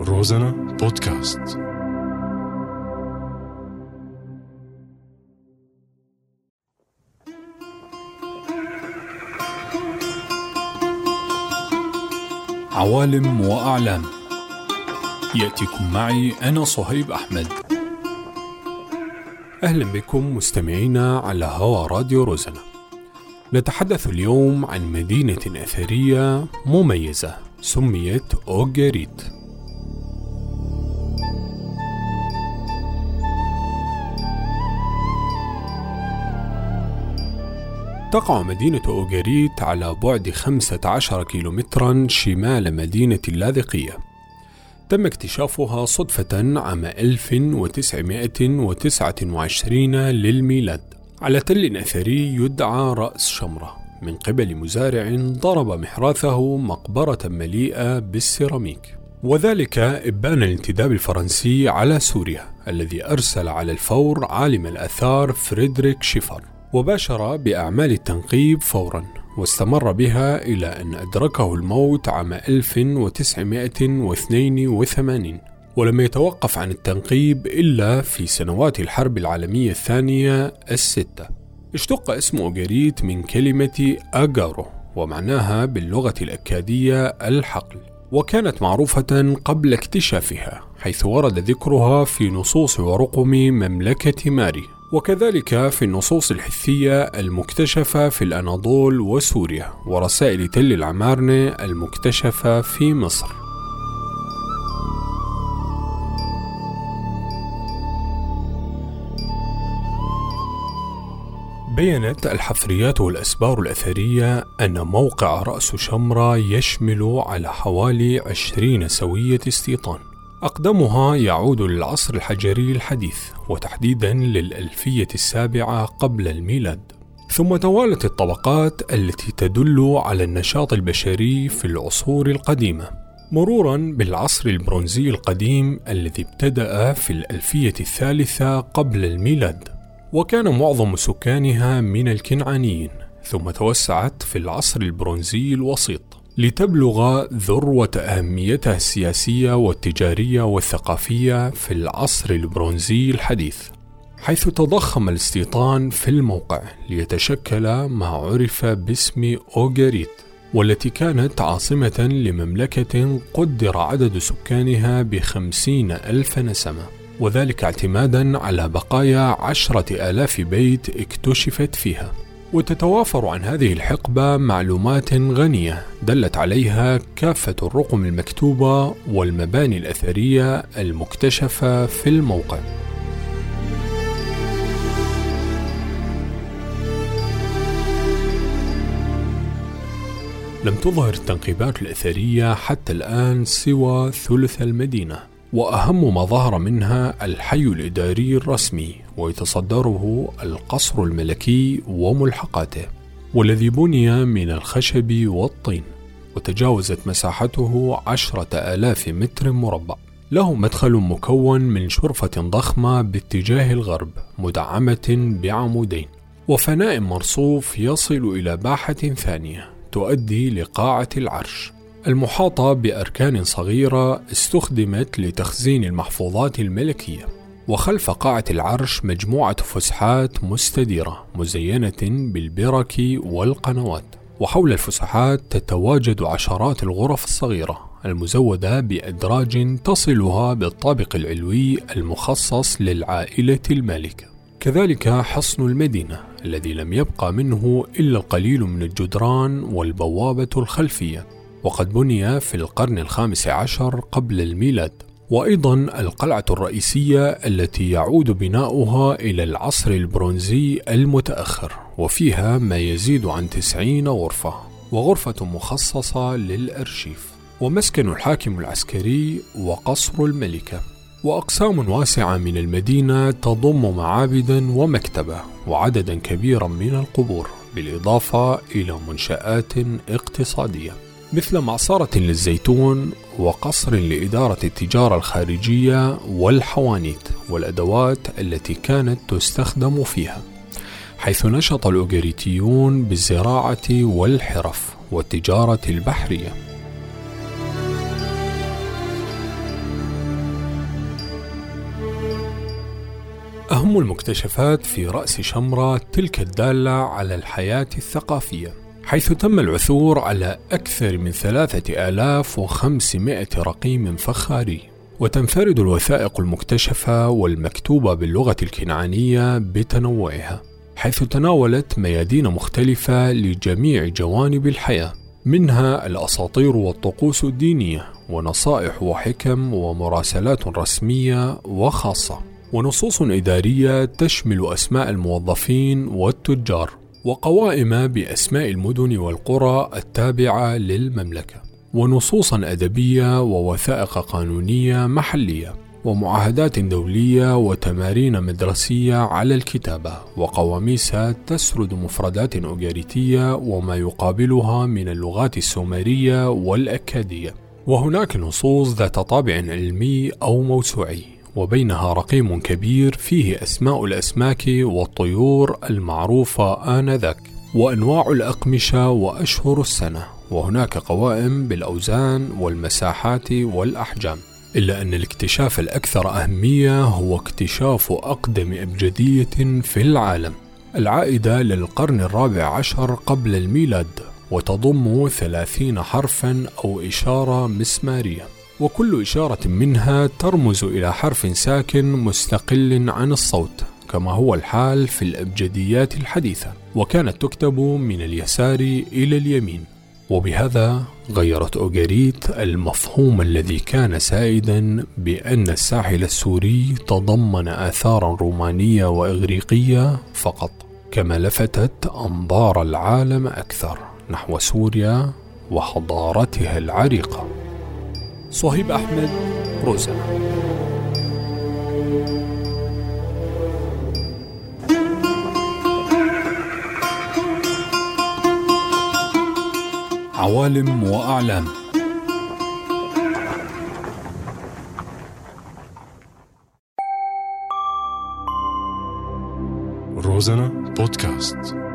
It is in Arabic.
روزانا بودكاست. عوالم وأعلام، يأتيكم معي أنا صهيب أحمد. أهلا بكم مستمعينا على هوا راديو روزانا. نتحدث اليوم عن مدينة أثرية مميزة سميت أوغاريت. تقع مدينة أوغاريت على بعد 15 كيلومترا شمال مدينة اللاذقية. تم اكتشافها صدفة عام 1929 للميلاد على تل أثري يدعى رأس شمرة من قبل مزارع ضرب محراثه مقبرة مليئة بالسيراميك، وذلك إبان الانتداب الفرنسي على سوريا الذي أرسل على الفور عالم الآثار فريدريك شيفر، وباشر بأعمال التنقيب فورا، واستمر بها إلى أن أدركه الموت عام 1982، ولم يتوقف عن التنقيب إلا في سنوات الحرب العالمية الثانية الستة. اشتق اسم أوغاريت من كلمة أغارو ومعناها باللغة الأكادية الحقل، وكانت معروفة قبل اكتشافها حيث ورد ذكرها في نصوص ورقم مملكة ماري، وكذلك في النصوص الحثية المكتشفة في الأناضول وسوريا، ورسائل تل العمارنة المكتشفة في مصر. بيّنت الحفريات والأسبار الأثرية أن موقع رأس شمرة يشمل على حوالي 20 سوية استيطان، أقدمها يعود للعصر الحجري الحديث، وتحديدا للألفية السابعة قبل الميلاد. ثم توالت الطبقات التي تدل على النشاط البشري في العصور القديمة، مرورا بالعصر البرونزي القديم الذي ابتدأ في الألفية الثالثة قبل الميلاد، وكان معظم سكانها من الكنعانيين، ثم توسعت في العصر البرونزي الوسيط لتبلغ ذروة أهميتها السياسية والتجارية والثقافية في العصر البرونزي الحديث، حيث تضخم الاستيطان في الموقع ليتشكل ما عرف باسم أوغاريت، والتي كانت عاصمة لمملكة قدر عدد سكانها ب50,000 نسمة، وذلك اعتمادا على بقايا 10,000 بيت اكتشفت فيها. وتتوافر عن هذه الحقبة معلومات غنية دلت عليها كافة الرقم المكتوبة والمباني الأثرية المكتشفة في الموقع. لم تظهر التنقيبات الأثرية حتى الآن سوى ثلث المدينة، وأهم ما ظهر منها الحي الإداري الرسمي، ويتصدره القصر الملكي وملحقاته، والذي بني من الخشب والطين، وتجاوزت مساحته 10,000 متر مربع. له مدخل مكون من شرفة ضخمة باتجاه الغرب مدعمة بعمودين، وفناء مرصوف يصل إلى باحة ثانية تؤدي لقاعة العرش المحاطة بأركان صغيرة استخدمت لتخزين المحفوظات الملكية. وخلف قاعة العرش مجموعة فسحات مستديرة مزينة بالبرك والقنوات، وحول الفسحات تتواجد عشرات الغرف الصغيرة المزودة بأدراج تصلها بالطابق العلوي المخصص للعائلة المالكة. كذلك حصن المدينة الذي لم يبقى منه إلا القليل من الجدران والبوابة الخلفية، وقد بني في القرن 15 قبل الميلاد. وأيضا القلعة الرئيسية التي يعود بناؤها إلى العصر البرونزي المتأخر، وفيها ما يزيد عن 90 غرفة، وغرفة مخصصة للأرشيف، ومسكن الحاكم العسكري، وقصر الملكة، وأقسام واسعة من المدينة تضم معابدا ومكتبة وعددا كبيرا من القبور، بالإضافة إلى منشآت اقتصادية مثل معصرة للزيتون، وقصر لإدارة التجارة الخارجية والحوانيت والأدوات التي كانت تستخدم فيها، حيث نشط الأوغاريتيون بالزراعة والحرف والتجارة البحرية. أهم المكتشفات في رأس شمرة تلك الدالة على الحياة الثقافية، حيث تم العثور على أكثر من 3500 رقيم فخاري. وتنفرد الوثائق المكتشفة والمكتوبة باللغة الكنعانية بتنوعها، حيث تناولت ميادين مختلفة لجميع جوانب الحياة، منها الأساطير والطقوس الدينية ونصائح وحكم ومراسلات رسمية وخاصة، ونصوص إدارية تشمل أسماء الموظفين والتجار، وقوائم بأسماء المدن والقرى التابعة للمملكة، ونصوصا أدبية ووثائق قانونية محلية، ومعاهدات دولية وتمارين مدرسية على الكتابة، وقواميس تسرد مفردات أوغاريتية وما يقابلها من اللغات السومرية والأكادية. وهناك نصوص ذات طابع علمي أو موسوعي، وبينها رقيم كبير فيه أسماء الأسماك والطيور المعروفة آنذاك، وأنواع الأقمشة وأشهر السنة، وهناك قوائم بالأوزان والمساحات والأحجام. إلا أن الاكتشاف الأكثر أهمية هو اكتشاف أقدم أبجدية في العالم، العائدة للقرن 14 قبل الميلاد، وتضم 30 حرفا أو إشارة مسمارية، وكل إشارة منها ترمز إلى حرف ساكن مستقل عن الصوت، كما هو الحال في الأبجديات الحديثة، وكانت تكتب من اليسار إلى اليمين. وبهذا غيرت أوغاريت المفهوم الذي كان سائدا بأن الساحل السوري تضمن آثارا رومانية وإغريقية فقط، كما لفتت أنظار العالم أكثر نحو سوريا وحضارتها العريقة. صهيب أحمد، روزانا. عوالم وأعلام. روزانا بودكاست.